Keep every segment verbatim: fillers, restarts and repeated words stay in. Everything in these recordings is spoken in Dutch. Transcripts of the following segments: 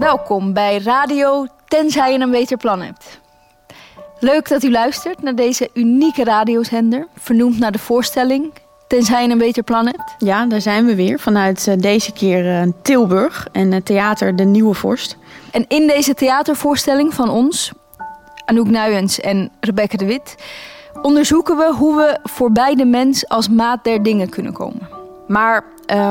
Welkom bij Radio Tenzij je een beter plan hebt. Leuk dat u luistert naar deze unieke radiozender, vernoemd naar de voorstelling Tenzij je een beter plan hebt. Ja, daar zijn we weer vanuit uh, deze keer uh, Tilburg en het theater De Nieuwe Vorst. En in deze theatervoorstelling van ons, Anouk Nuyens en Rebecca de Wit, onderzoeken we hoe we voorbij de mens als maat der dingen kunnen komen. Maar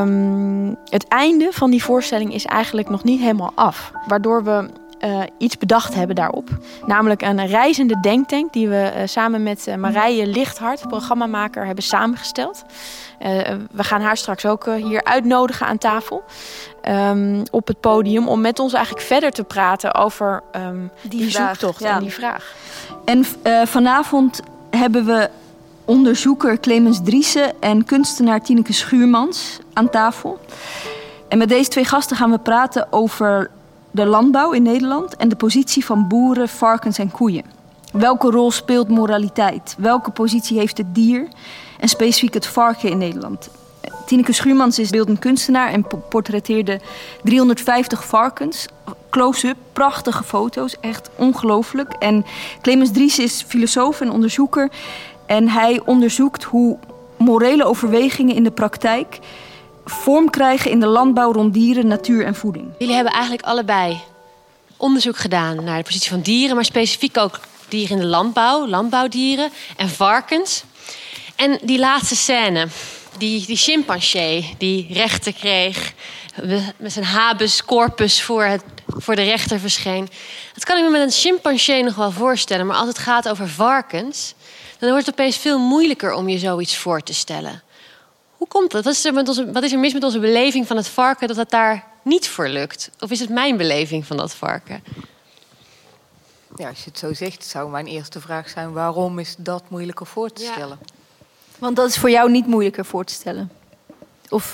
um, het einde van die voorstelling is eigenlijk nog niet helemaal af. Waardoor we uh, iets bedacht hebben daarop. Namelijk een reizende denktank die we uh, samen met uh, Marije Lichthart, programmamaker, hebben samengesteld. Uh, we gaan haar straks ook uh, hier uitnodigen aan tafel. Um, op het podium om met ons eigenlijk verder te praten over um, die, die zoektocht ja. en die vraag. En uh, vanavond hebben we onderzoeker Clemens Driessen en kunstenaar Tineke Schuurmans aan tafel. En met deze twee gasten gaan we praten over de landbouw in Nederland en de positie van boeren, varkens en koeien. Welke rol speelt moraliteit? Welke positie heeft het dier en specifiek het varken in Nederland? Tineke Schuurmans is beeldend kunstenaar en portretteerde driehonderdvijftig varkens. Close-up, prachtige foto's, echt ongelooflijk. En Clemens Driessen is filosoof en onderzoeker. En hij onderzoekt hoe morele overwegingen in de praktijk vorm krijgen in de landbouw rond dieren, natuur en voeding. Jullie hebben eigenlijk allebei onderzoek gedaan naar de positie van dieren, maar specifiek ook dieren in de landbouw, landbouwdieren en varkens. En die laatste scène, die, die chimpansee die rechten kreeg, met zijn habeas corpus voor, het, voor de rechter verscheen. Dat kan ik me met een chimpansee nog wel voorstellen, maar als het gaat over varkens, dan wordt het opeens veel moeilijker om je zoiets voor te stellen. Hoe komt dat? Wat is er, met onze, wat is er mis met onze beleving van het varken dat het daar niet voor lukt? Of is het mijn beleving van dat varken? Ja, als je het zo zegt, zou mijn eerste vraag zijn: waarom is dat moeilijker voor te stellen? Ja. Want dat is voor jou niet moeilijker voor te stellen? Of...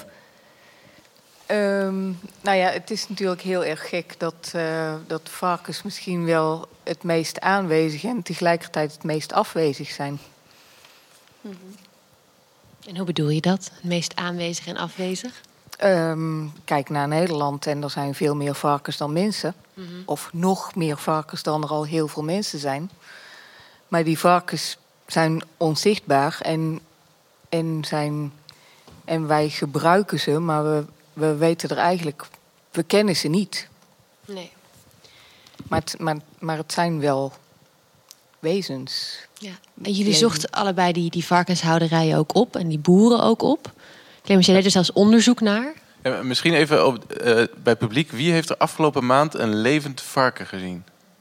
Um, nou ja, het is natuurlijk heel erg gek dat, uh, dat varkens misschien wel het meest aanwezig en tegelijkertijd het meest afwezig zijn. Mm-hmm. En hoe bedoel je dat? Het meest aanwezig en afwezig? Um, kijk naar Nederland en er zijn veel meer varkens dan mensen. Mm-hmm. Of nog meer varkens dan er al heel veel mensen zijn. Maar die varkens zijn onzichtbaar en, en, zijn, en wij gebruiken ze, maar we, we weten er eigenlijk, we kennen ze niet. Nee. Maar het, maar, maar het zijn wel wezens. Ja. En jullie zochten allebei die, die varkenshouderijen ook op en die boeren ook op. Clemens, jij deed er zelfs onderzoek naar. Ja, misschien even op, uh, bij het publiek. Wie heeft er afgelopen maand een levend varken gezien?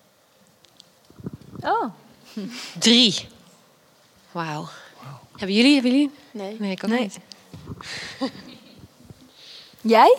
Oh. Drie. Wauw. Wow. Hebben jullie? Hebben jullie? Nee. Nee, ik ook nee. niet. Jij?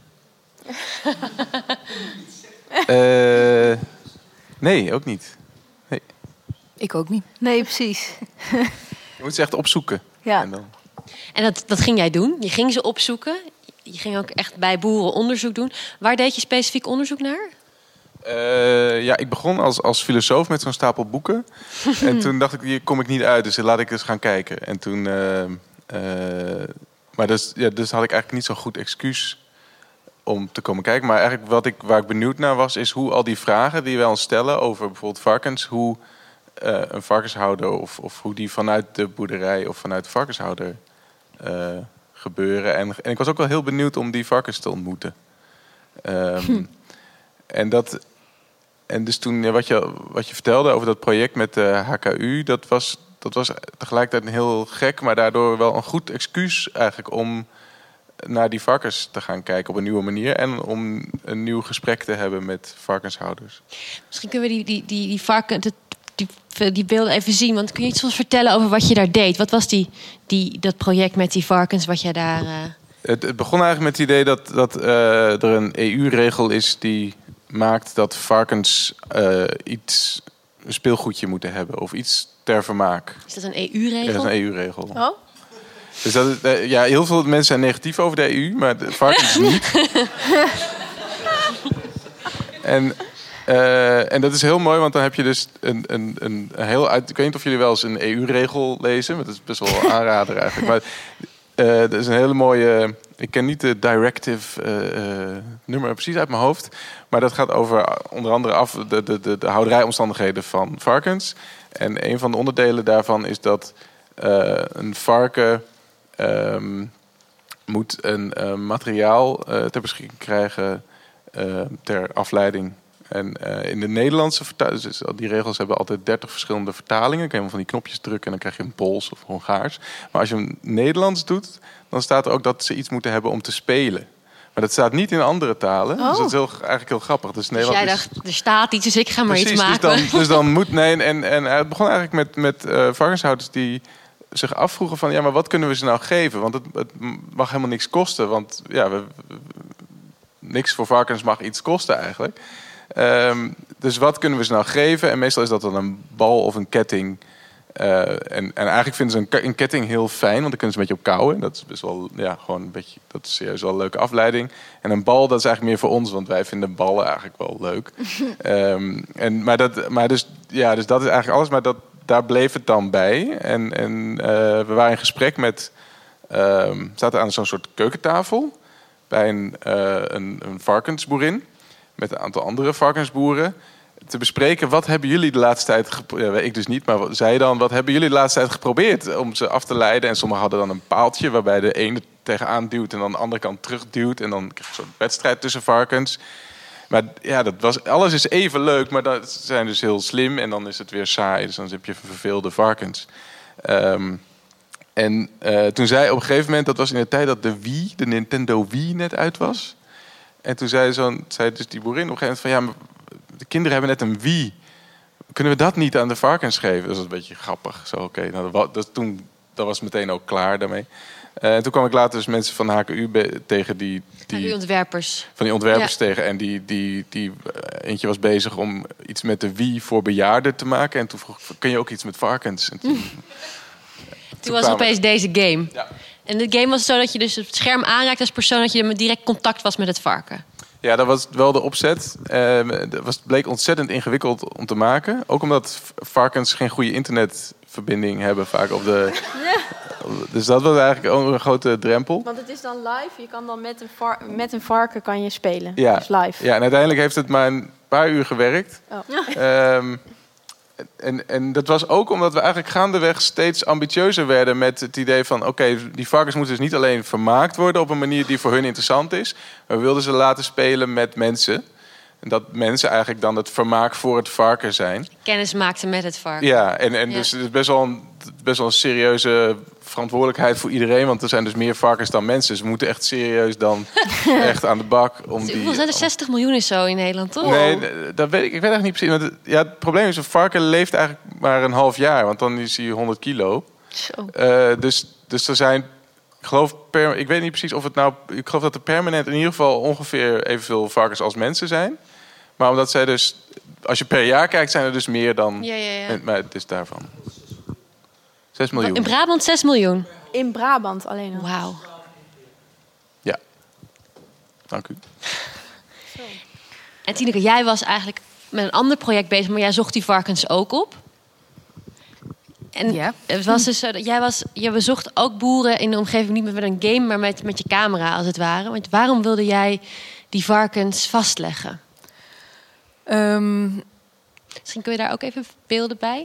uh, nee, ook niet. Nee. Ik ook niet. Nee, precies. Je moet ze echt opzoeken. Ja. En, dan... en dat, dat ging jij doen? Je ging ze opzoeken? Je ging ook echt bij boeren onderzoek doen. Waar deed je specifiek onderzoek naar? Uh, ja, ik begon als, als filosoof met zo'n stapel boeken. En toen dacht ik, hier kom ik niet uit, dus laat ik eens gaan kijken. En toen... Uh, uh, maar dus, ja, dus had ik eigenlijk niet zo'n goed excuus om te komen kijken. Maar eigenlijk wat ik, waar ik benieuwd naar was, is hoe al die vragen die wij ons stellen over bijvoorbeeld varkens, hoe uh, een varkenshouder of, of hoe die vanuit de boerderij of vanuit de varkenshouder uh, gebeuren. En, en ik was ook wel heel benieuwd om die varkens te ontmoeten. Um, hm. En dat... En dus toen, ja, wat, je, wat je vertelde over dat project met de H K U, dat was, dat was tegelijkertijd een heel gek, maar daardoor wel een goed excuus eigenlijk om naar die varkens te gaan kijken op een nieuwe manier en om een nieuw gesprek te hebben met varkenshouders. Misschien kunnen we die, die, die, die varken, die, die beelden even zien, want kun je iets vertellen over wat je daar deed? Wat was die, die, dat project met die varkens wat jij daar... Uh... Het, het begon eigenlijk met het idee dat, dat uh, er een E U-regel is die maakt dat varkens uh, iets, een speelgoedje moeten hebben of iets ter vermaak. Is dat een E U-regel? Ja, dat is een E U-regel. Oh? Dus dat, uh, ja, heel veel mensen zijn negatief over de E U, maar de varkens niet. en, uh, en dat is heel mooi, want dan heb je dus een, een, een heel uit. Ik weet niet of jullie wel eens een E U-regel lezen, maar dat is best wel een aanrader eigenlijk. Maar uh, dat is een hele mooie ik ken niet de directive uh, uh, nummer precies uit mijn hoofd. Maar dat gaat over onder andere af de, de, de, de houderijomstandigheden van varkens. En een van de onderdelen daarvan is dat uh, een varken um, moet een uh, materiaal uh, ter beschikking krijgen uh, ter afleiding. En uh, in de Nederlandse vertaling, dus die regels hebben altijd dertig verschillende vertalingen. Dan kan je van die knopjes drukken en dan krijg je een Pools of Hongaars. Maar als je hem Nederlands doet, dan staat er ook dat ze iets moeten hebben om te spelen. Maar dat staat niet in andere talen. Oh. Dus dat is heel, eigenlijk heel grappig. Dus, dus jij dacht, er staat iets, dus ik ga maar precies, iets maken. Dus dan, dus dan moet... Nee, en, en het begon eigenlijk met, met uh, varkenshouders die zich afvroegen van... ja, maar wat kunnen we ze nou geven? Want het, het mag helemaal niks kosten. Want ja, we, niks voor varkens mag iets kosten eigenlijk. Um, dus wat kunnen we ze nou geven? En meestal is dat dan een bal of een ketting... Uh, en, en eigenlijk vinden ze een, een ketting heel fijn, want dan kunnen ze een beetje op kauwen. Dat is best wel, ja, gewoon een beetje, dat is serieus wel een leuke afleiding. En een bal, dat is eigenlijk meer voor ons, want wij vinden ballen eigenlijk wel leuk. um, en, maar, dat, maar dus, ja, dus dat is eigenlijk alles, maar dat, daar bleef het dan bij. En, en uh, we waren in gesprek met, um, zaten aan zo'n soort keukentafel bij een, uh, een, een varkensboerin met een aantal andere varkensboeren. Te bespreken, wat hebben jullie de laatste tijd geprobeerd? Ja, ik dus niet, maar zij dan, wat hebben jullie de laatste tijd geprobeerd om ze af te leiden? En sommigen hadden dan een paaltje waarbij de ene tegenaan duwt en dan de andere kant terugduwt. En dan krijg je een soort wedstrijd tussen varkens. Maar ja, dat was, alles is even leuk, maar dat zijn dus heel slim. En dan is het weer saai, dus dan heb je verveelde varkens. Um, en uh, toen zei op een gegeven moment, dat was in de tijd dat de Wii, de Nintendo Wii net uit was. En toen zei, zo'n, zei dus die boerin op een gegeven moment van... ja, maar de kinderen hebben net een Wii. Kunnen we dat niet aan de varkens geven? Dat was een beetje grappig. Zo, okay. nou, dat, dat, toen, dat was meteen ook klaar daarmee. Uh, en toen kwam ik later dus mensen van H K U be- tegen die... die, die ontwerpers. Van die ontwerpers ja. tegen. En die, die, die uh, eentje was bezig om iets met de Wii voor bejaarden te maken. En toen vroeg ik, kun je ook iets met varkens? En toen, toen, toen was er opeens deze game. Ja. En de game was zo dat je dus het scherm aanraakt als persoon... dat je met direct contact was met het varken. Ja, dat was wel de opzet. Uh, dat was, bleek ontzettend ingewikkeld om te maken. Ook omdat varkens geen goede internetverbinding hebben vaak op de... Ja. Dus dat was eigenlijk ook een grote drempel. Want het is dan live. Je kan dan met een, var- met een varken kan je spelen. Ja. Dus live. Ja, en uiteindelijk heeft het maar een paar uur gewerkt. Oh. Um, en, en dat was ook omdat we eigenlijk gaandeweg steeds ambitieuzer werden met het idee van... oké, okay, die varkens moeten dus niet alleen vermaakt worden op een manier die voor hun interessant is. Maar we wilden ze laten spelen met mensen. En dat mensen eigenlijk dan het vermaak voor het varken zijn. Kennis maakten met het varken. Ja, en, en ja. dus het is best wel, een, best wel een serieuze verantwoordelijkheid voor iedereen. Want er zijn dus meer varkens dan mensen. Dus we moeten echt serieus dan echt aan de bak. Om die, Hoeveel zijn er? zestig miljoen is zo in Nederland, toch? Nee, dat weet ik, ik weet eigenlijk niet precies. Want het, ja, het probleem is, een varken leeft eigenlijk maar een half jaar. Want dan is hij honderd kilo. Uh, dus, dus er zijn... Ik geloof, per, ik weet niet precies of het nou... Ik geloof dat er permanent in ieder geval ongeveer evenveel varkens als mensen zijn. Maar omdat zij dus... Als je per jaar kijkt, zijn er dus meer dan... Ja, ja, ja. Maar het is daarvan. zes miljoen. In Brabant zes miljoen? In Brabant alleen al. Wauw. Ja. Dank u. En Tineke, jij was eigenlijk met een ander project bezig... maar jij zocht die varkens ook op. En ja. het was dus zo dat jij was, je bezocht ook boeren in de omgeving niet met een game, maar met, met je camera als het ware. Want waarom wilde jij die varkens vastleggen? Um, Misschien kun je daar ook even beelden bij.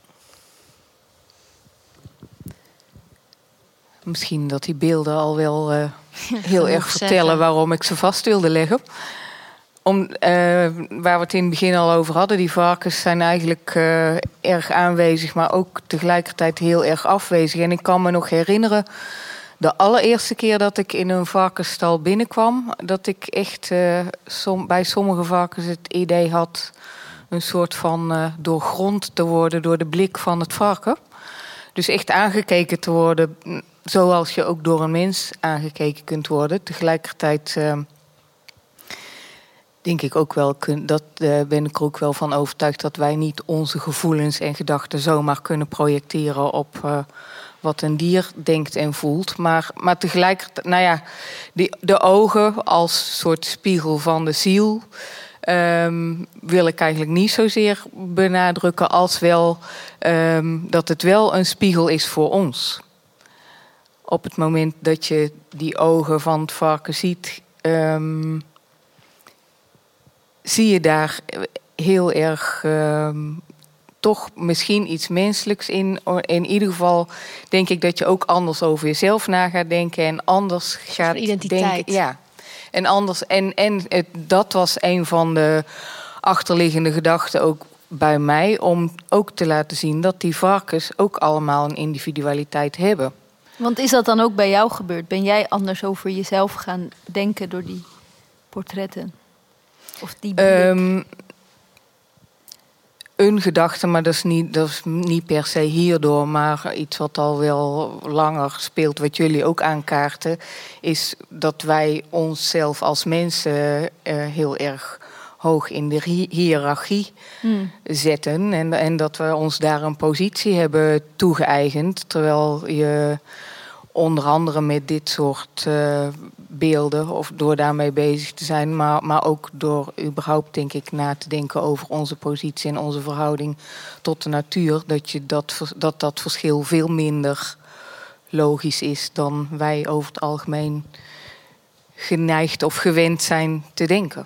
Misschien dat die beelden al wel uh, heel erg vertellen zeggen. waarom ik ze vast wilde leggen. Om, uh, waar we het in het begin al over hadden, die varkens zijn eigenlijk uh, erg aanwezig, maar ook tegelijkertijd heel erg afwezig. En ik kan me nog herinneren, de allereerste keer dat ik in een varkensstal binnenkwam, dat ik echt uh, som, bij sommige varkens het idee had een soort van uh, doorgrond te worden door de blik van het varken. Dus echt aangekeken te worden, zoals je ook door een mens aangekeken kunt worden. Tegelijkertijd... Uh, denk ik ook wel, dat uh, ben ik er ook wel van overtuigd dat wij niet onze gevoelens en gedachten zomaar kunnen projecteren op uh, wat een dier denkt en voelt. Maar, maar tegelijkertijd, nou ja, die, de ogen als soort spiegel van de ziel um, wil ik eigenlijk niet zozeer benadrukken als wel um, dat het wel een spiegel is voor ons. op het moment dat je die ogen van het varken ziet, um, zie je daar heel erg um, toch misschien iets menselijks in. In ieder geval denk ik dat je ook anders over jezelf na gaat denken en anders gaat identiteit. denken. Ja. En anders en en het, dat was een van de achterliggende gedachten ook bij mij, om ook te laten zien dat die varkens ook allemaal een individualiteit hebben. Want is dat dan ook bij jou gebeurd? Ben jij anders over jezelf gaan denken door die portretten? Of die blik? Um, een gedachte, maar dat is, niet, dat is niet per se hierdoor, maar iets wat al wel langer speelt, wat jullie ook aankaarten, is dat wij onszelf als mensen uh, heel erg hoog in de hi- hiërarchie hmm. zetten. En, en dat we ons daar een positie hebben toegeëigend. Terwijl je onder andere met dit soort uh, beelden, of door daarmee bezig te zijn, maar, maar ook door überhaupt, denk ik, na te denken over onze positie en onze verhouding tot de natuur, dat je dat, dat, dat verschil veel minder logisch is dan wij over het algemeen geneigd of gewend zijn te denken.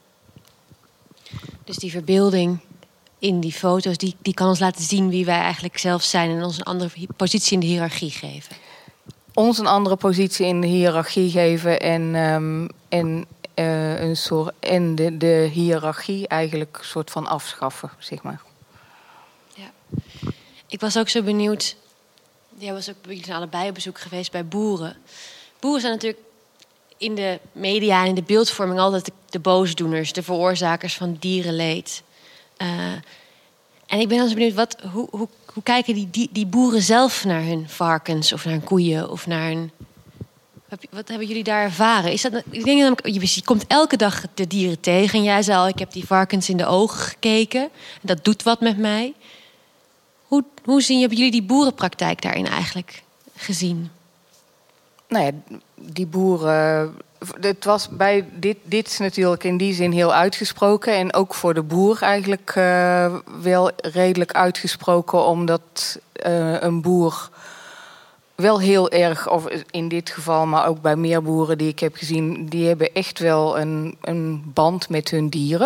Dus die verbeelding in die foto's, die, die kan ons laten zien wie wij eigenlijk zelf zijn en ons een andere positie in de hiërarchie geven. Ons een andere positie in de hiërarchie geven en, um, en, uh, een soort, en de, de hiërarchie eigenlijk een soort van afschaffen, zeg maar. Ja. Ik was ook zo benieuwd. Jij was ook, jullie zijn allebei op bezoek geweest bij boeren. Boeren zijn natuurlijk in de media en in de beeldvorming altijd de, de boosdoeners, de veroorzakers van dierenleed. Uh, en ik ben dan zo benieuwd, wat, hoe, hoe, hoe kijken die, die, die boeren zelf naar hun varkens of naar hun koeien of naar hun... Wat hebben jullie daar ervaren? Is dat, ik denk dat je, je komt elke dag de dieren tegen. En jij zei al, ik heb die varkens in de ogen gekeken. En dat doet wat met mij. Hoe, hoe zien, hebben jullie die boerenpraktijk daarin eigenlijk gezien? Nou ja, die boeren... Het was bij dit, dit is natuurlijk in die zin heel uitgesproken. En ook voor de boer eigenlijk uh, wel redelijk uitgesproken. Omdat uh, een boer wel heel erg, of in dit geval, maar ook bij meer boeren die ik heb gezien, die hebben echt wel een, een band met hun dieren.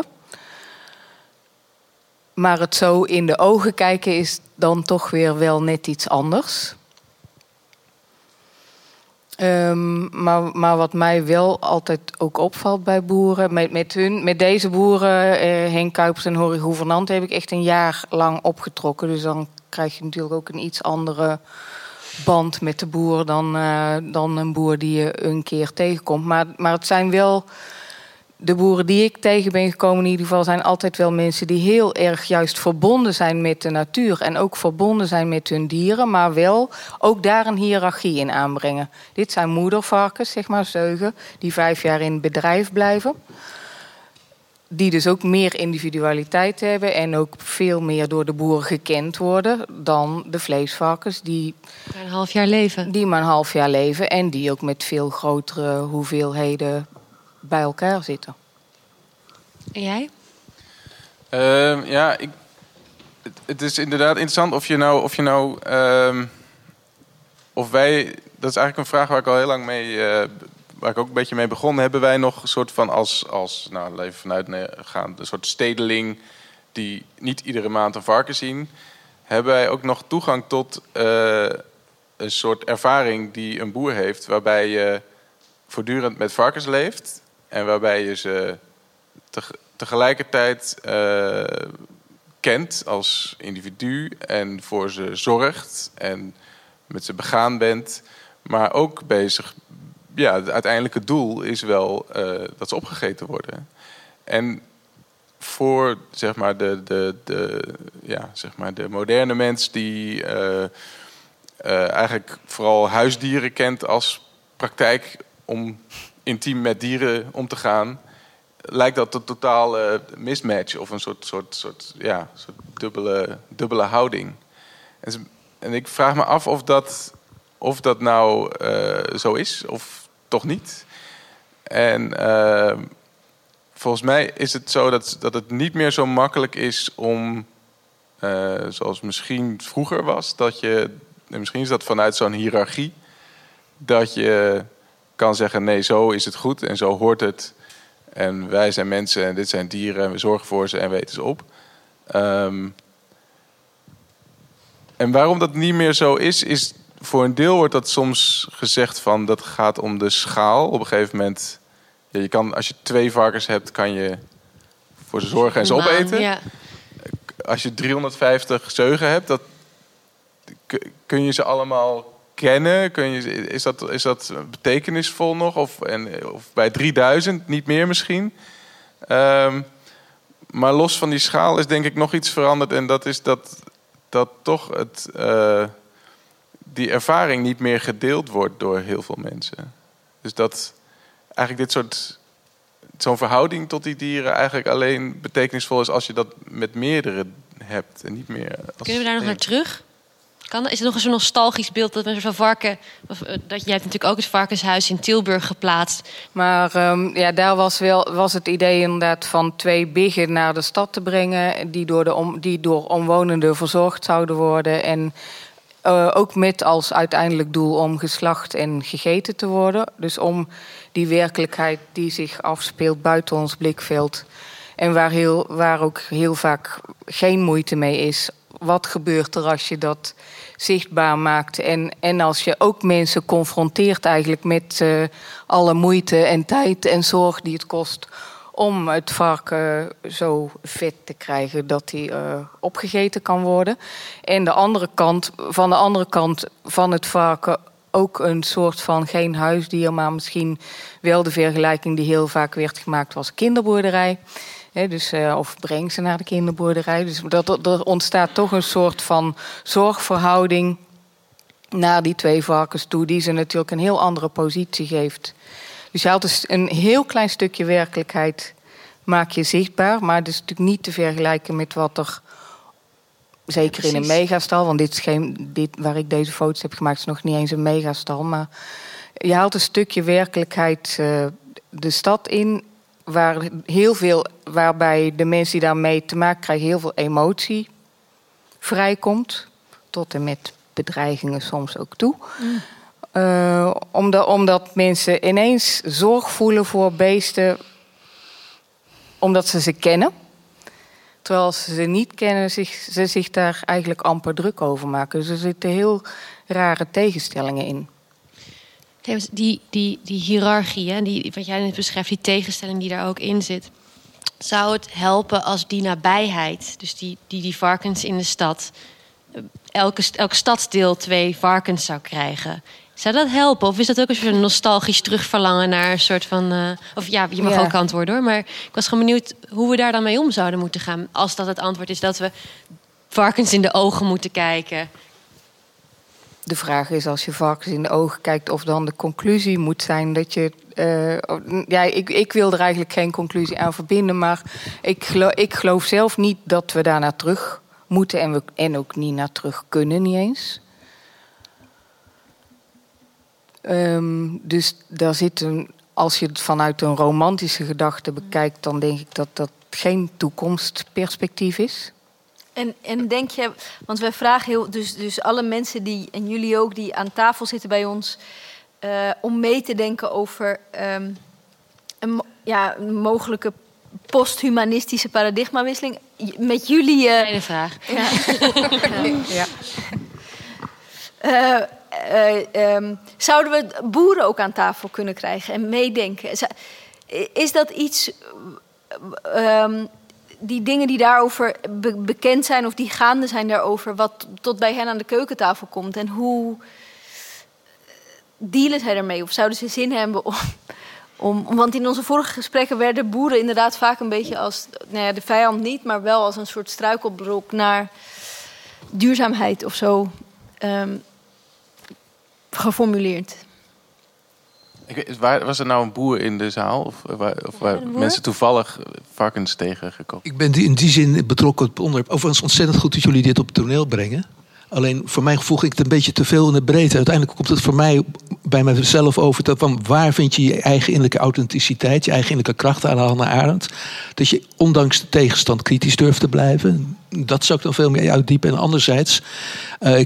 Maar het zo in de ogen kijken is dan toch weer wel net iets anders. Um, maar, maar wat mij wel altijd ook opvalt bij boeren, met, met, hun, met deze boeren, uh, Henk Kuipers en Horry Gouvernante, heb ik echt een jaar lang opgetrokken. Dus dan krijg je natuurlijk ook een iets andere band met de boer dan, uh, dan een boer die je een keer tegenkomt. Maar, maar het zijn wel, de boeren die ik tegen ben gekomen in ieder geval, zijn altijd wel mensen die heel erg juist verbonden zijn met de natuur. En ook verbonden zijn met hun dieren, maar wel ook daar een hiërarchie in aanbrengen. Dit zijn moedervarkens, zeg maar, zeugen, die vijf jaar in het bedrijf blijven. Die dus ook meer individualiteit hebben en ook veel meer door de boeren gekend worden dan de vleesvarkens die maar een half jaar leven. Die maar een half jaar leven en die ook met veel grotere hoeveelheden bij elkaar zitten. En jij? Uh, ja, ik, het, het is inderdaad interessant of je nou, of je nou, uh, of wij, dat is eigenlijk een vraag waar ik al heel lang mee, uh, waar ik ook een beetje mee begon. Hebben wij nog een soort van als, als nou, even vanuit gaan, een soort stedeling die niet iedere maand een varken zien, hebben wij ook nog toegang tot uh, een soort ervaring die een boer heeft, waarbij je voortdurend met varkens leeft en waarbij je ze te, tegelijkertijd uh, kent als individu en voor ze zorgt en met ze begaan bent, maar ook bezig. Ja, het uiteindelijke doel is wel uh, dat ze opgegeten worden. En voor zeg maar de, de, de, ja, zeg maar de moderne mens die uh, uh, eigenlijk vooral huisdieren kent als praktijk om intiem met dieren om te gaan, lijkt dat een totale mismatch of een soort, soort, soort, ja, soort dubbele, dubbele houding. En, en ik vraag me af of dat, of dat nou uh, zo is of toch niet. En uh, volgens mij is het zo dat, dat het niet meer zo makkelijk is om, uh, zoals misschien vroeger was, dat je, misschien is dat vanuit zo'n hiërarchie, dat je kan zeggen, nee, zo is het goed en zo hoort het. En wij zijn mensen en dit zijn dieren en we zorgen voor ze en weten ze op. Um, en waarom dat niet meer zo is, is voor een deel wordt dat soms gezegd van dat gaat om de schaal. Op een gegeven moment, ja, je kan, als je twee varkens hebt, kan je voor ze zorgen en ze opeten. Ja. Als je driehonderdvijftig zeugen hebt, dat, kun je ze allemaal kennen? Kun je, is, dat, is dat betekenisvol nog? Of, en, of bij drieduizend niet meer misschien? Um, maar los van die schaal is denk ik nog iets veranderd. En dat is dat, dat toch het, uh, die ervaring niet meer gedeeld wordt door heel veel mensen. Dus dat eigenlijk dit soort... zo'n verhouding tot die dieren eigenlijk alleen betekenisvol is als je dat met meerdere hebt en niet meer. Als Kunnen we daar nog naar terug? Kan, is het nog eens een nostalgisch beeld dat met zo'n varken... Of, dat, jij hebt natuurlijk ook het varkenshuis in Tilburg geplaatst. Maar um, ja, daar was, wel, was het idee inderdaad van twee biggen naar de stad te brengen... die door, de om, die door omwonenden verzorgd zouden worden... en uh, ook met als uiteindelijk doel om geslacht en gegeten te worden. Dus om die werkelijkheid die zich afspeelt buiten ons blikveld... en waar, heel, waar ook heel vaak geen moeite mee is... wat gebeurt er als je dat zichtbaar maakt? En, en als je ook mensen confronteert eigenlijk met uh, alle moeite en tijd en zorg die het kost... om het varken zo vet te krijgen dat hij uh, opgegeten kan worden. En de andere kant, van de andere kant van het varken ook een soort van geen huisdier... maar misschien wel de vergelijking die heel vaak werd gemaakt was kinderboerderij... He, dus, uh, of breng ze naar de kinderboerderij. Dus dat, er ontstaat toch een soort van zorgverhouding naar die twee varkens toe... die ze natuurlijk een heel andere positie geeft. Dus je haalt dus een heel klein stukje werkelijkheid maak je zichtbaar... maar het is natuurlijk niet te vergelijken met wat er... zeker ja, in een megastal, want dit, is geen, dit waar ik deze foto's heb gemaakt... is nog niet eens een megastal, maar je haalt een stukje werkelijkheid uh, de stad in... Waar heel veel, waarbij de mensen die daarmee te maken krijgen... heel veel emotie vrijkomt. Tot en met bedreigingen soms ook toe. Mm. Uh, omdat, omdat mensen ineens zorg voelen voor beesten... omdat ze ze kennen. Terwijl als ze ze niet kennen, zich, ze zich daar eigenlijk amper druk over maken. Dus er zitten heel rare tegenstellingen in. Die, die, die hiërarchie, hè, die, wat jij net beschrijft, die tegenstelling die daar ook in zit. Zou het helpen als die nabijheid, dus die, die, die varkens in de stad... Elke, elk stadsdeel twee varkens zou krijgen? Zou dat helpen? Of is dat ook een soort nostalgisch terugverlangen naar een soort van... Uh, of ja, je mag ja. ook antwoorden hoor. Maar ik was gewoon benieuwd hoe we daar dan mee om zouden moeten gaan. Als dat het antwoord is dat we varkens in de ogen moeten kijken... De vraag is, als je varkens in de ogen kijkt... of dan de conclusie moet zijn dat je... Uh, ja, ik, ik wil er eigenlijk geen conclusie aan verbinden... maar ik geloof, ik geloof zelf niet dat we daar naar terug moeten... en, we, en ook niet naar terug kunnen, niet eens. Um, dus daar zit een... Als je het vanuit een romantische gedachte bekijkt... dan denk ik dat dat geen toekomstperspectief is... En, en denk je, want wij vragen heel, dus, dus alle mensen die, en jullie ook, die aan tafel zitten bij ons, uh, om mee te denken over um, een, ja, een mogelijke posthumanistische paradigmawisseling. Met jullie. Uh, Tweede vraag. Ja. ja. Uh, uh, um, zouden we boeren ook aan tafel kunnen krijgen en meedenken? Is dat iets... Um, die dingen die daarover be- bekend zijn of die gaande zijn daarover... wat tot bij hen aan de keukentafel komt. En hoe dealen zij ermee? Of zouden ze zin hebben om... om want in onze vorige gesprekken werden boeren inderdaad vaak een beetje als... nou ja, de vijand niet, maar wel als een soort struikelblok naar duurzaamheid of zo um, geformuleerd. Ik, waar, was er nou een boer in de zaal? Of, waar, of waar mensen toevallig varkens tegengekomen? Ik ben in die zin betrokken op het onderwerp. Overigens ontzettend goed dat jullie dit op het toneel brengen. Alleen voor mij voeg ik het een beetje te veel in de breedte. Uiteindelijk komt het voor mij bij mezelf over... Dat van waar vind je je eigen innerlijke authenticiteit... je eigen innerlijke kracht aan Hannah Arendt. Dat je ondanks de tegenstand kritisch durft te blijven. Dat zou ik dan veel meer uitdiepen. En anderzijds, uh, ik kom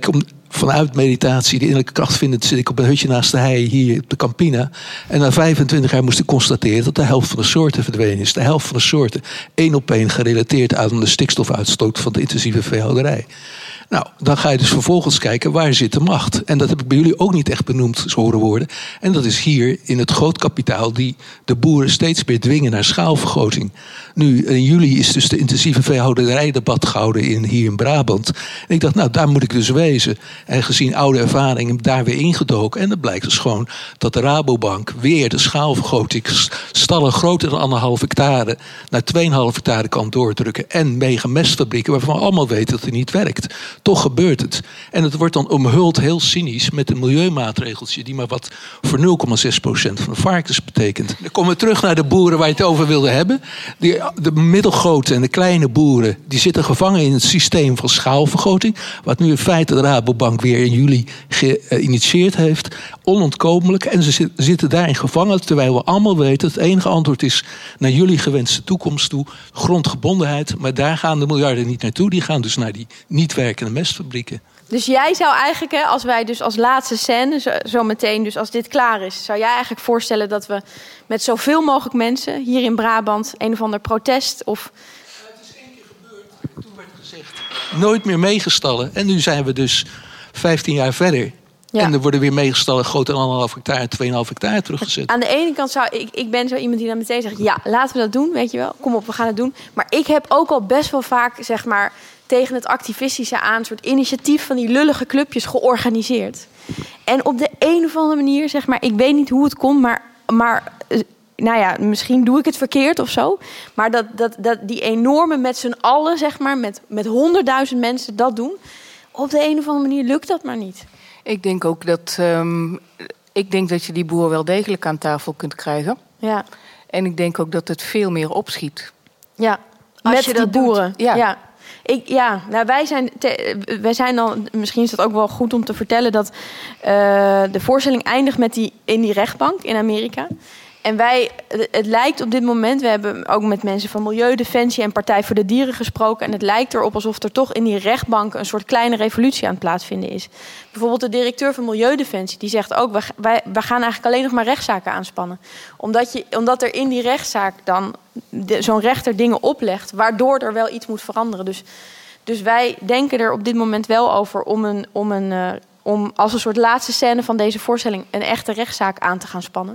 vanuit meditatie de innerlijke kracht vinden, zit ik op een hutje naast de hei hier op de Campina. En na vijfentwintig jaar moest ik constateren dat de helft van de soorten verdwenen is. De helft van de soorten één op één gerelateerd aan de stikstofuitstoot van de intensieve veehouderij. Nou, dan ga je dus vervolgens kijken, waar zit de macht? En dat heb ik bij jullie ook niet echt benoemd, zo horen worden. En dat is hier in het grootkapitaal die de boeren steeds meer dwingen naar schaalvergroting. Nu, in juli is dus de intensieve veehouderijdebat gehouden in, hier in Brabant. En ik dacht, nou, daar moet ik dus wezen. En gezien oude ervaringen daar weer ingedoken. En dan blijkt dus gewoon dat de Rabobank weer de schaalvergroting, stallen groter dan anderhalf hectare, naar tweeënhalf hectare kan doordrukken. En megamestfabrieken waarvan we allemaal weten dat het niet werkt. Toch gebeurt het. En het wordt dan omhuld heel cynisch met een milieumaatregeltje die maar wat voor nul komma zes procent van de varkens betekent. Dan komen we terug naar de boeren waar je het over wilde hebben. Die, de middelgrote en de kleine boeren die zitten gevangen in het systeem van schaalvergroting. Wat nu in feite de Rabobank weer in juli geïnitieerd heeft. Onontkomelijk. En ze zitten daarin gevangen. Terwijl we allemaal weten dat het enige antwoord is naar jullie gewenste toekomst toe. Grondgebondenheid. Maar daar gaan de miljarden niet naartoe. Die gaan dus naar die niet werkende mestfabrieken. Dus jij zou eigenlijk, hè, als wij dus als laatste scène, zo, zo meteen, dus als dit klaar is, zou jij eigenlijk voorstellen dat we met zoveel mogelijk mensen hier in Brabant een of ander protest of... Het is één keer gebeurd. Toen werd gezegd, nooit meer meegestallen. En nu zijn we dus vijftien jaar verder. Ja. En er worden weer meegestallen groter dan anderhalf hectare en tweeënhalf hectare teruggezet. Aan de ene kant zou ik, ik ben zo iemand die dan meteen zegt, ja, laten we dat doen, weet je wel. Kom op, we gaan het doen. Maar ik heb ook al best wel vaak, zeg maar, tegen het activistische aan, een soort initiatief van die lullige clubjes georganiseerd. En op de een of andere manier, zeg maar, ik weet niet hoe het komt, maar, maar nou ja, misschien doe ik het verkeerd of zo. Maar dat, dat, dat die enorme met z'n allen, zeg maar, met, met honderdduizend mensen dat doen, op de een of andere manier lukt dat maar niet. Ik denk ook dat, um, ik denk dat je die boer wel degelijk aan tafel kunt krijgen. Ja. En ik denk ook dat het veel meer opschiet. Ja, als met je die dat boeren. Doet. Ja. ja. Ik, ja, nou wij zijn, te, wij zijn dan, misschien is dat ook wel goed om te vertellen, dat uh, de voorstelling eindigt met die, in die rechtbank in Amerika. En wij, het lijkt op dit moment, we hebben ook met mensen van Milieudefensie en Partij voor de Dieren gesproken. En het lijkt erop alsof er toch in die rechtbank een soort kleine revolutie aan het plaatsvinden is. Bijvoorbeeld de directeur van Milieudefensie, die zegt ook, wij, wij, wij gaan eigenlijk alleen nog maar rechtszaken aanspannen. Omdat, je, omdat er in die rechtszaak dan zo'n rechter dingen oplegt, waardoor er wel iets moet veranderen. Dus, dus wij denken er op dit moment wel over om, een, om, een, uh, om als een soort laatste scène van deze voorstelling een echte rechtszaak aan te gaan spannen.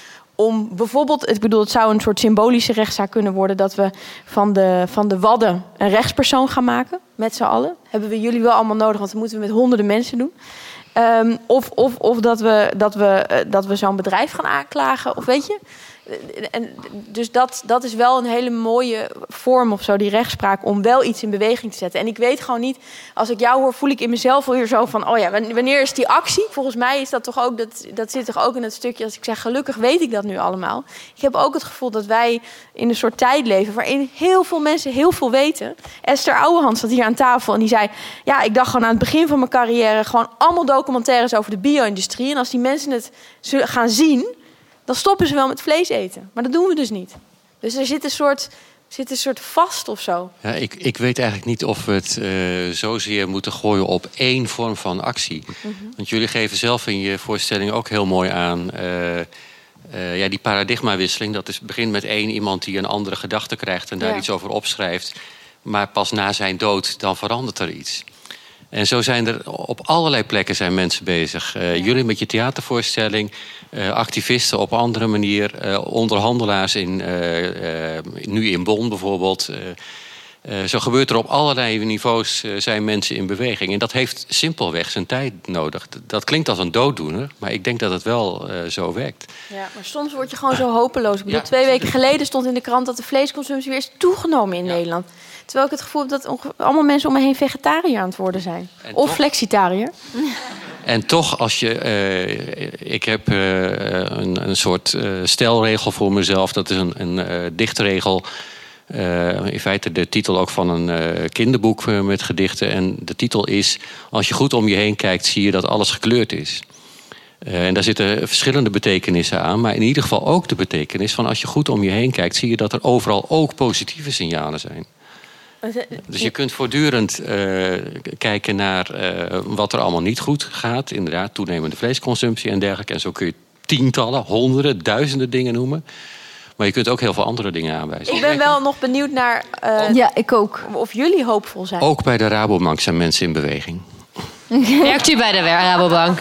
Om bijvoorbeeld, ik bedoel, het zou een soort symbolische rechtszaak kunnen worden, dat we van de, van de wadden een rechtspersoon gaan maken, met z'n allen. Hebben we jullie wel allemaal nodig, want dat moeten we met honderden mensen doen. Um, of of, of dat we, dat we, uh, dat we zo'n bedrijf gaan aanklagen, of weet je. En dus dat, dat is wel een hele mooie vorm of zo, die rechtspraak, om wel iets in beweging te zetten. En ik weet gewoon niet, als ik jou hoor, voel ik in mezelf weer zo van, oh ja, wanneer is die actie? Volgens mij is dat toch ook, dat, dat zit toch ook in het stukje, als ik zeg, gelukkig weet ik dat nu allemaal. Ik heb ook het gevoel dat wij in een soort tijd leven waarin heel veel mensen heel veel weten. Esther Ouwehand zat hier aan tafel en die zei, ja, ik dacht gewoon aan het begin van mijn carrière gewoon allemaal documentaires over de bio-industrie. En als die mensen het zullen gaan zien, dan stoppen ze wel met vlees eten. Maar dat doen we dus niet. Dus er zit een soort, zit een soort vast of zo. Ja, ik, ik weet eigenlijk niet of we het uh, zozeer moeten gooien op één vorm van actie. Mm-hmm. Want jullie geven zelf in je voorstelling ook heel mooi aan, Uh, uh, ja, die paradigmawisseling. Dat is, begint met één iemand die een andere gedachte krijgt en daar ja. iets over opschrijft. Maar pas na zijn dood, dan verandert er iets. En zo zijn er op allerlei plekken zijn mensen bezig. Uh, ja. Jullie met je theatervoorstelling, uh, activisten op andere manier, uh, onderhandelaars in, uh, uh, nu in Bonn bijvoorbeeld. Uh, uh, zo gebeurt er op allerlei niveaus, uh, zijn mensen in beweging. En dat heeft simpelweg zijn tijd nodig. Dat klinkt als een dooddoener, maar ik denk dat het wel uh, zo werkt. Ja, maar soms word je gewoon zo hopeloos. Ik bedoel, ja. Twee weken geleden stond in de krant dat de vleesconsumptie weer is toegenomen in ja. Nederland. Terwijl ik het gevoel heb dat onge- allemaal mensen om me heen vegetariër aan het worden zijn. En of toch, flexitariër. En toch, als je... Uh, ik heb uh, een, een soort uh, stelregel voor mezelf. Dat is een, een uh, dichtregel. Uh, in feite de titel ook van een uh, kinderboek uh, met gedichten. En de titel is, als je goed om je heen kijkt, zie je dat alles gekleurd is. Uh, en daar zitten verschillende betekenissen aan. Maar in ieder geval ook de betekenis van, als je goed om je heen kijkt, zie je dat er overal ook positieve signalen zijn. Dus je kunt voortdurend uh, kijken naar uh, wat er allemaal niet goed gaat. Inderdaad, toenemende vleesconsumptie en dergelijke. En zo kun je tientallen, honderden, duizenden dingen noemen. Maar je kunt ook heel veel andere dingen aanwijzen. Ik ben wel nog benieuwd naar uh, ja, ik ook. Of jullie hoopvol zijn. Ook bij de Rabobank zijn mensen in beweging. Werkt u bij de Rabobank?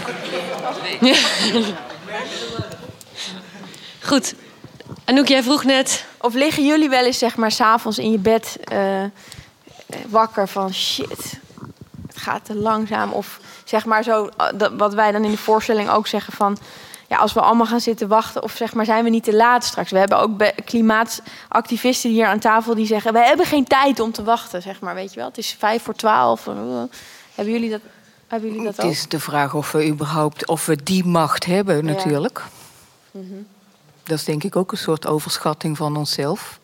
Goed. Anouk, jij vroeg net... Of liggen jullie wel eens, zeg maar, 's avonds in je bed uh, wakker van shit, het gaat te langzaam. Of zeg maar zo, uh, wat wij dan in de voorstelling ook zeggen van... Ja, als we allemaal gaan zitten wachten, of zeg maar, zijn we niet te laat straks? We hebben ook klimaatactivisten hier aan tafel die zeggen... we hebben geen tijd om te wachten, zeg maar, weet je wel. Het is vijf voor twaalf. Uh, hebben jullie dat, hebben jullie dat ook? Het is de vraag of we überhaupt of we die macht hebben, natuurlijk. Ja. Mm-hmm. Dat is denk ik ook een soort overschatting van onszelf.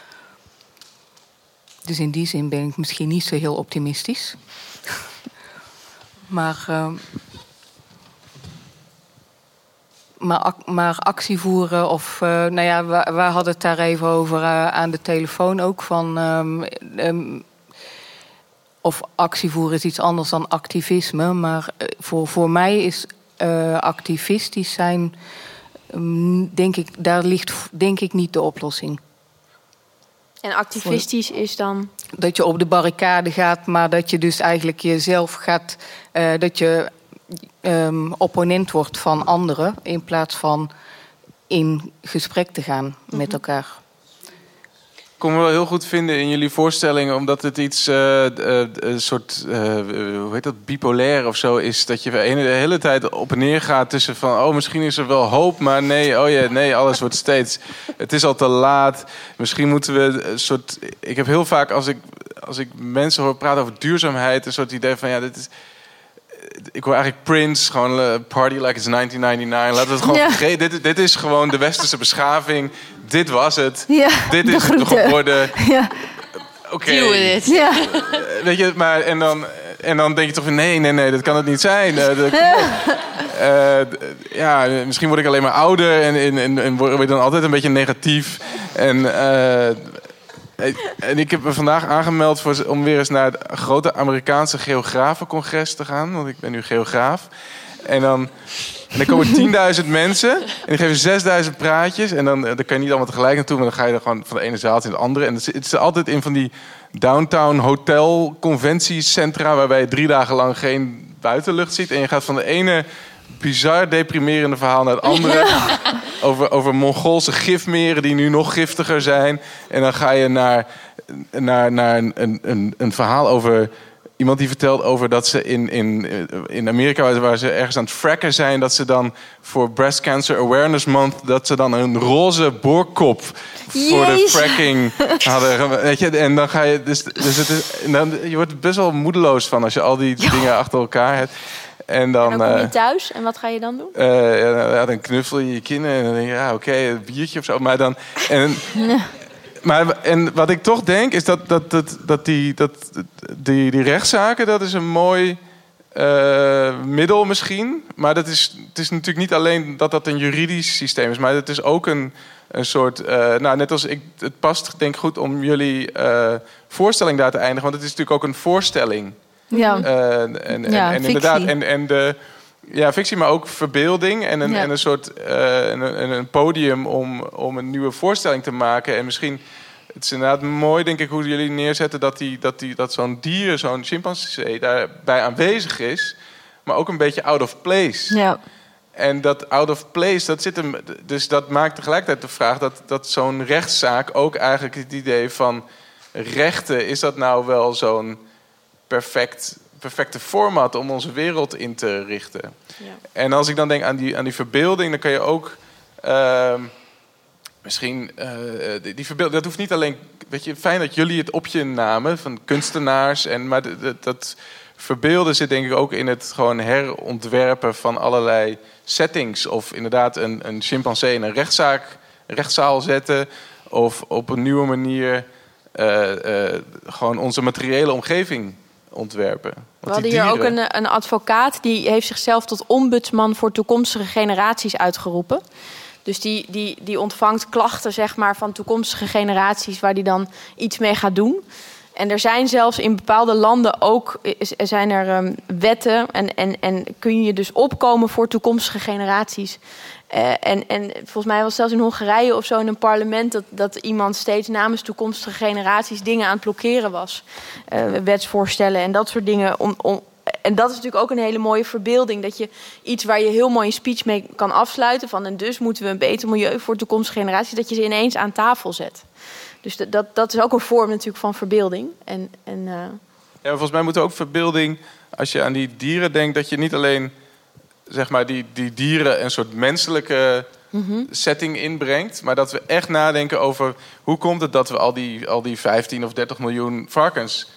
Dus in die zin ben ik misschien niet zo heel optimistisch. maar... Uh, Maar, maar actie voeren of... Uh, nou ja, we, we hadden het daar even over uh, aan de telefoon ook van... Um, um, of actie voeren is iets anders dan activisme. Maar uh, voor, voor mij is uh, activistisch zijn... Um, denk ik, daar ligt denk ik niet de oplossing. En activistisch is dan? Dat je op de barricade gaat, maar dat je dus eigenlijk jezelf gaat... Uh, dat je... Um, opponent wordt van anderen... in plaats van in gesprek te gaan mm-hmm. met elkaar. Ik kon me wel heel goed vinden in jullie voorstellingen... omdat het iets, uh, uh, een soort, uh, hoe heet dat, bipolair of zo is... dat je de hele tijd op en neer gaat tussen van... oh, misschien is er wel hoop, maar nee, oh ja, nee, alles wordt steeds... het is al te laat, misschien moeten we een soort... Ik heb heel vaak, als ik, als ik mensen hoor praten over duurzaamheid... een soort idee van, ja, dit is... Ik hoor eigenlijk Prince, gewoon uh, party like it's negentien negenennegentig. Laten we het gewoon ja. vergeten. Dit, dit is gewoon de westerse beschaving. Dit was het. Ja, dit is het geworden. Ja. Oké. Okay. Ja. Uh, weet je, maar en dan, en dan denk je toch van nee, nee, nee, dat kan het niet zijn. Uh, dat, uh, ja, misschien word ik alleen maar ouder en, en, en, en word ik dan altijd een beetje negatief. En... Uh, En ik heb me vandaag aangemeld voor, om weer eens naar het grote Amerikaanse geografencongres te gaan. Want ik ben nu geograaf. En dan, en dan komen tienduizend mensen. En die geven zesduizend praatjes. En dan, dan kan je niet allemaal tegelijk naartoe. Maar dan ga je er gewoon van de ene zaal in de andere. En het is altijd in van die downtown hotel conventiecentra... waarbij je drie dagen lang geen buitenlucht ziet. En je gaat van de ene... bizar deprimerende verhaal naar het andere. Ja. Over, over Mongoolse gifmeren die nu nog giftiger zijn. En dan ga je naar, naar, naar een, een, een verhaal over... iemand die vertelt over dat ze in, in, in Amerika... waar ze ergens aan het fracken zijn... dat ze dan voor Breast Cancer Awareness Month... dat ze dan een roze boorkop voor Jezus. de fracking hadden. Weet je, en dan ga je... Dus, dus het is, dan, je wordt best wel moedeloos van... als je al die ja. dingen achter elkaar hebt. En dan, en dan kom je thuis en wat ga je dan doen? Uh, ja, dan knuffel je je kinderen en dan denk je, ja, oké, okay, een biertje of zo. Maar dan... En, maar, en wat ik toch denk, is dat, dat, dat, dat, die, dat die, die rechtszaken... dat is een mooi uh, middel misschien. Maar dat is, het is natuurlijk niet alleen dat dat een juridisch systeem is... maar het is ook een, een soort... Uh, nou, net als ik, het past denk ik goed om jullie uh, voorstelling daar te eindigen... want het is natuurlijk ook een voorstelling... Ja, uh, en, en, ja en inderdaad, en, en de ja, fictie, maar ook verbeelding en een, ja. en een soort uh, een, een podium om, om een nieuwe voorstelling te maken. En misschien, het is inderdaad mooi, denk ik, hoe jullie neerzetten dat, die, dat, die, dat zo'n dier, zo'n chimpansee, daarbij aanwezig is, maar ook een beetje out of place. Ja. En dat out of place, dat zit hem, dus dat maakt tegelijkertijd de vraag dat, dat zo'n rechtszaak ook eigenlijk het idee van rechten, is dat nou wel zo'n perfect, perfecte format om onze wereld in te richten. Ja. En als ik dan denk aan die, aan die verbeelding, dan kan je ook uh, misschien uh, die, die verbeelding, dat hoeft niet alleen, weet je, fijn dat jullie het op je namen van kunstenaars, en maar de, de, dat verbeelden zit denk ik ook in het gewoon herontwerpen van allerlei settings, of inderdaad een, een chimpansee in een rechtszaak, rechtszaal zetten, of op een nieuwe manier uh, uh, gewoon onze materiële omgeving ontwerpen. Want we hadden hier dieren... ook een, een advocaat... die heeft zichzelf tot ombudsman voor toekomstige generaties uitgeroepen. Dus die, die, die ontvangt klachten zeg maar, van toekomstige generaties... waar die dan iets mee gaat doen. En er zijn zelfs in bepaalde landen ook er zijn er um, wetten en, en, en kun je dus opkomen voor toekomstige generaties. Uh, en, en volgens mij was zelfs in Hongarije of zo in een parlement dat, dat iemand steeds namens toekomstige generaties dingen aan het blokkeren was. Uh, wetsvoorstellen en dat soort dingen. Om, om, en dat is natuurlijk ook een hele mooie verbeelding. Dat je iets waar je heel mooi een speech mee kan afsluiten. Van en dus moeten we een beter milieu voor toekomstige generaties. Dat je ze ineens aan tafel zet. Dus dat, dat, dat is ook een vorm natuurlijk van verbeelding. En, en, uh... Ja, volgens mij moet ook verbeelding, als je aan die dieren denkt, dat je niet alleen zeg maar, die, die dieren een soort menselijke mm-hmm. setting inbrengt, maar dat we echt nadenken over hoe komt het dat we al die, al die vijftien of dertig miljoen varkens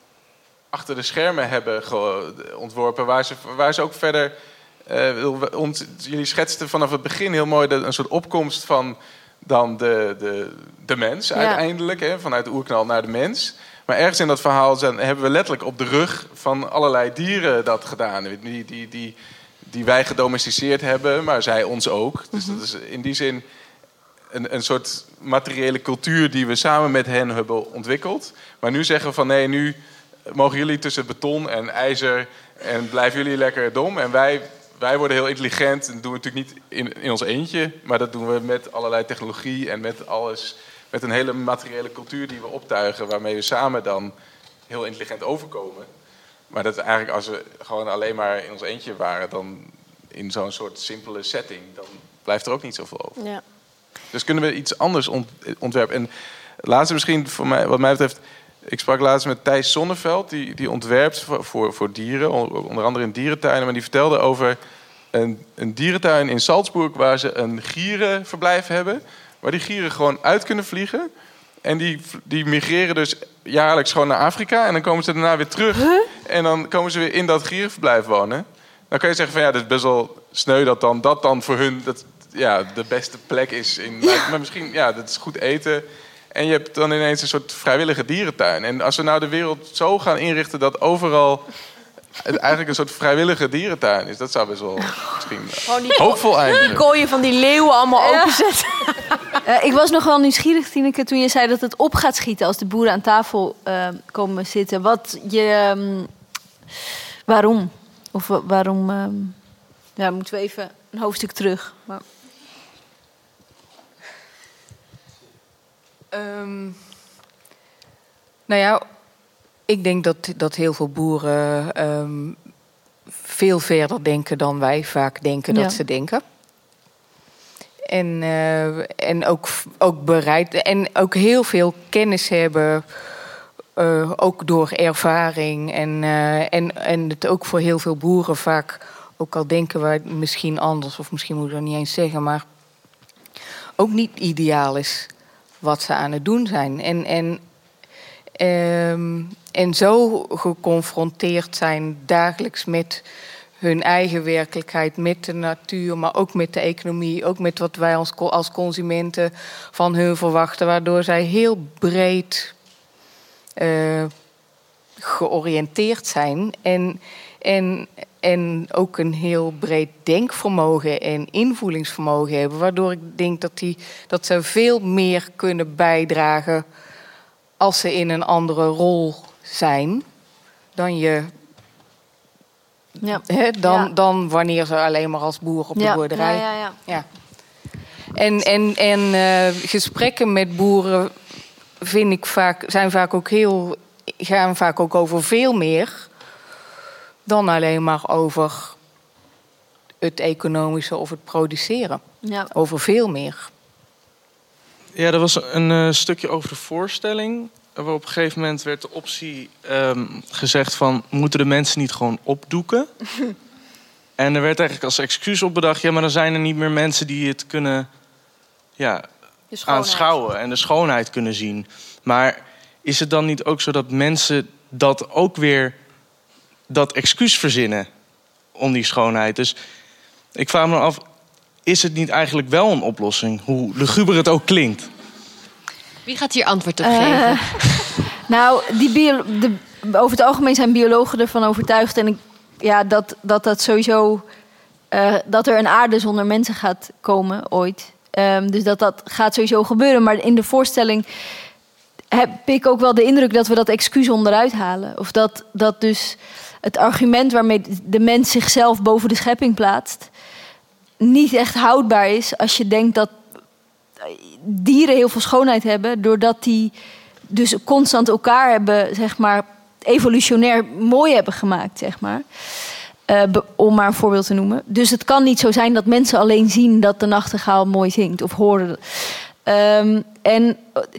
achter de schermen hebben ontworpen, waar ze, waar ze ook verder... Uh, ont, jullie schetsten vanaf het begin heel mooi de, een soort opkomst van dan de, de, de mens ja. uiteindelijk, hè, vanuit de oerknal naar de mens. Maar ergens in dat verhaal zijn, hebben we letterlijk op de rug van allerlei dieren dat gedaan. Die, die, die, die wij gedomesticeerd hebben, maar zij ons ook. Dus dat is in die zin een, een soort materiële cultuur die we samen met hen hebben ontwikkeld. Maar nu zeggen we van nee, nu mogen jullie tussen beton en ijzer en blijven jullie lekker dom. En wij, wij worden heel intelligent. En dat doen we natuurlijk niet in, in ons eentje, maar dat doen we met allerlei technologie en met alles, met een hele materiële cultuur die we optuigen, waarmee we samen dan heel intelligent overkomen. Maar dat eigenlijk als we gewoon alleen maar in ons eentje waren, dan in zo'n soort simpele setting, dan blijft er ook niet zoveel over. Ja. Dus kunnen we iets anders ont- ontwerpen. En laatste misschien, voor mij, wat mij betreft, ik sprak laatst met Thijs Sonneveld, die, die ontwerpt voor, voor, voor dieren, onder andere in dierentuinen. Maar die vertelde over een, een dierentuin in Salzburg waar ze een gierenverblijf hebben, waar die gieren gewoon uit kunnen vliegen. En die, die migreren dus jaarlijks gewoon naar Afrika. En dan komen ze daarna weer terug. Huh? En dan komen ze weer in dat gierenverblijf wonen. Dan kan je zeggen van ja, dat is best wel sneu dat dan, dat dan voor hun dat, ja, de beste plek is. In, ja. Maar misschien, ja, dat is goed eten. En je hebt dan ineens een soort vrijwillige dierentuin. En als we nou de wereld zo gaan inrichten dat overal het eigenlijk een soort vrijwillige dierentuin is, dat zou best wel misschien oh, die hoopvol eindigen. Die kooien van die leeuwen allemaal ja. openzetten. Uh, ik was nog wel nieuwsgierig, Tineke, toen je zei dat het op gaat schieten als de boeren aan tafel uh, komen zitten. Wat je, um, waarom? Of uh, waarom? Um, ja, moeten we even een hoofdstuk terug. Maar... Um, nou ja, ik denk dat, dat heel veel boeren um, veel verder denken dan wij vaak denken dat ja. ze denken. En, uh, en ook, ook bereid en ook heel veel kennis hebben, uh, ook door ervaring. En, uh, en, en het ook voor heel veel boeren vaak, ook al denken wij misschien anders, of misschien moet ik dat niet eens zeggen, maar ook niet ideaal is wat ze aan het doen zijn. En, en, um, en zo geconfronteerd zijn dagelijks met hun eigen werkelijkheid, met de natuur, maar ook met de economie, ook met wat wij als, als consumenten van hun verwachten, waardoor zij heel breed uh, georiënteerd zijn en, en, en ook een heel breed denkvermogen en invoelingsvermogen hebben, waardoor ik denk dat, die, dat ze veel meer kunnen bijdragen als ze in een andere rol zijn dan je Ja. He, dan, ja. dan wanneer ze alleen maar als boer op de ja. boerderij. Ja, ja, ja. Ja. En, en, en uh, gesprekken met boeren vind ik vaak, zijn vaak ook heel, gaan vaak ook over veel meer dan alleen maar over het economische of het produceren. Ja. Over veel meer. Ja, er was een uh, stukje over de voorstelling. Waar op een gegeven moment werd de optie um, gezegd van, moeten de mensen niet gewoon opdoeken? En er werd eigenlijk als excuus op bedacht, ja, maar dan zijn er niet meer mensen die het kunnen ja, aanschouwen en de schoonheid kunnen zien. Maar is het dan niet ook zo dat mensen dat ook weer dat excuus verzinnen om die schoonheid? Dus ik vraag me dan af, is het niet eigenlijk wel een oplossing, hoe luguber het ook klinkt? Wie gaat hier antwoord op geven? Uh, nou, die bio- de, over het algemeen zijn biologen ervan overtuigd. En ik, ja, dat, dat dat sowieso uh, dat er een aarde zonder mensen gaat komen ooit. Um, dus dat dat gaat sowieso gebeuren. Maar in de voorstelling heb ik ook wel de indruk dat we dat excuus onderuit halen. Of dat, dat dus het argument waarmee de mens zichzelf boven de schepping plaatst niet echt houdbaar is als je denkt dat dieren heel veel schoonheid hebben, doordat die dus constant elkaar hebben, zeg maar, evolutionair mooi hebben gemaakt, zeg maar. Uh, be- om maar een voorbeeld te noemen. Dus het kan niet zo zijn dat mensen alleen zien dat de nachtegaal mooi zingt of horen. Um, en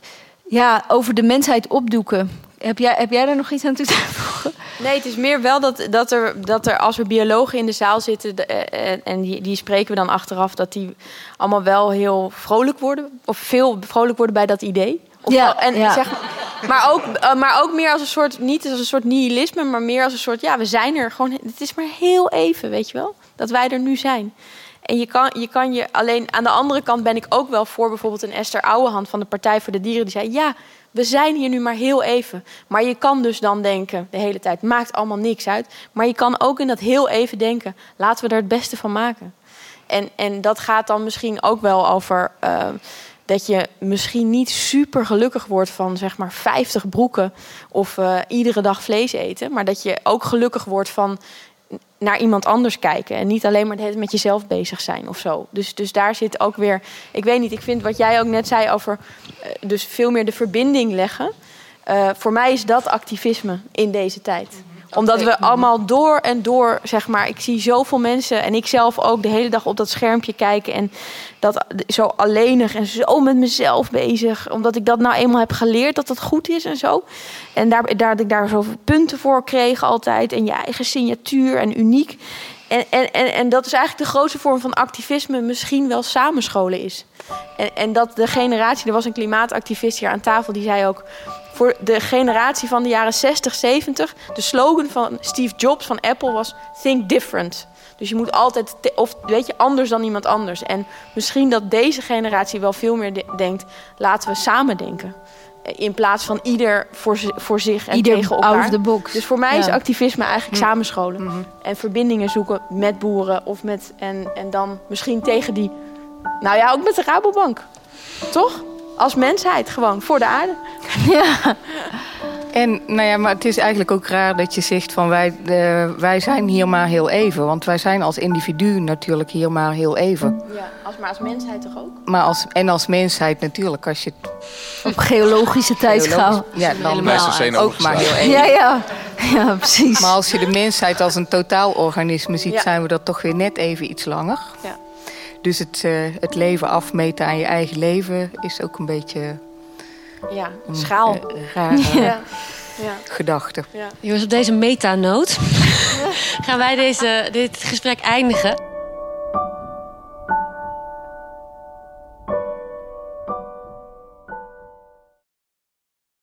ja, over de mensheid opdoeken. Heb jij, heb jij daar nog iets aan toe te voegen? Nee, het is meer wel dat, dat, er, dat er als er biologen in de zaal zitten de, uh, en die, die spreken we dan achteraf, dat die allemaal wel heel vrolijk worden. Of veel vrolijk worden bij dat idee. Of ja, wel, en ja. zeg, maar, ook, uh, maar ook meer als een soort, niet als een soort nihilisme, maar meer als een soort, ja, we zijn er gewoon. Het is maar heel even, weet je wel, dat wij er nu zijn. En je kan, je kan je alleen, aan de andere kant ben ik ook wel voor bijvoorbeeld een Esther Ouwehand van de Partij voor de Dieren, die zei, ja, we zijn hier nu maar heel even. Maar je kan dus dan denken, de hele tijd, maakt allemaal niks uit. Maar je kan ook in dat heel even denken, laten we er het beste van maken. En, en dat gaat dan misschien ook wel over Uh, dat je misschien niet super gelukkig wordt van zeg maar vijftig broeken of uh, iedere dag vlees eten. Maar dat je ook gelukkig wordt van naar iemand anders kijken. En niet alleen maar het met jezelf bezig zijn of zo. Dus, dus daar zit ook weer, ik weet niet, ik vind wat jij ook net zei over uh, dus veel meer de verbinding leggen. Uh, voor mij is dat activisme in deze tijd. Omdat we allemaal door en door, zeg maar, ik zie zoveel mensen en ik zelf ook de hele dag op dat schermpje kijken en dat zo alleenig en zo met mezelf bezig. Omdat ik dat nou eenmaal heb geleerd dat dat goed is en zo. En daar, daar, dat ik daar zoveel punten voor kreeg altijd en je eigen signatuur en uniek. En, en, en, en dat is eigenlijk de grootste vorm van activisme misschien wel samenscholen is. En, en dat de generatie, er was een klimaatactivist hier aan tafel, die zei ook, voor de generatie van de jaren zestig, zeventig... de slogan van Steve Jobs van Apple was think different. Dus je moet altijd, te, of weet je, anders dan iemand anders. En misschien dat deze generatie wel veel meer de, denkt, laten we samen denken. In plaats van ieder voor, voor zich en ieder tegen elkaar. Out of the box. Dus voor mij ja. is activisme eigenlijk hm. samenscholen. Mm-hmm. En verbindingen zoeken met boeren. Of met, en, en dan misschien tegen die, nou ja, ook met de Rabobank. Toch? Als mensheid gewoon, voor de aarde. Ja. En nou ja, maar het is eigenlijk ook raar dat je zegt van wij, de, wij zijn hier maar heel even. Want wij zijn als individu natuurlijk hier maar heel even. Ja, als, maar als mensheid toch ook? Maar als, en als mensheid natuurlijk, als je op geologische tijdschaal. Ja, dan helemaal ook maar heel even. Ja, ja. Ja, precies. Maar als je de mensheid als een totaalorganisme ziet, ja. zijn we dat toch weer net even iets langer. Ja. Dus het, uh, het leven afmeten aan je eigen leven is ook een beetje ja, schaal. Een uh, rare ja. Ja. gedachte. Ja. Jongens, op deze metanoot gaan wij deze, dit gesprek eindigen.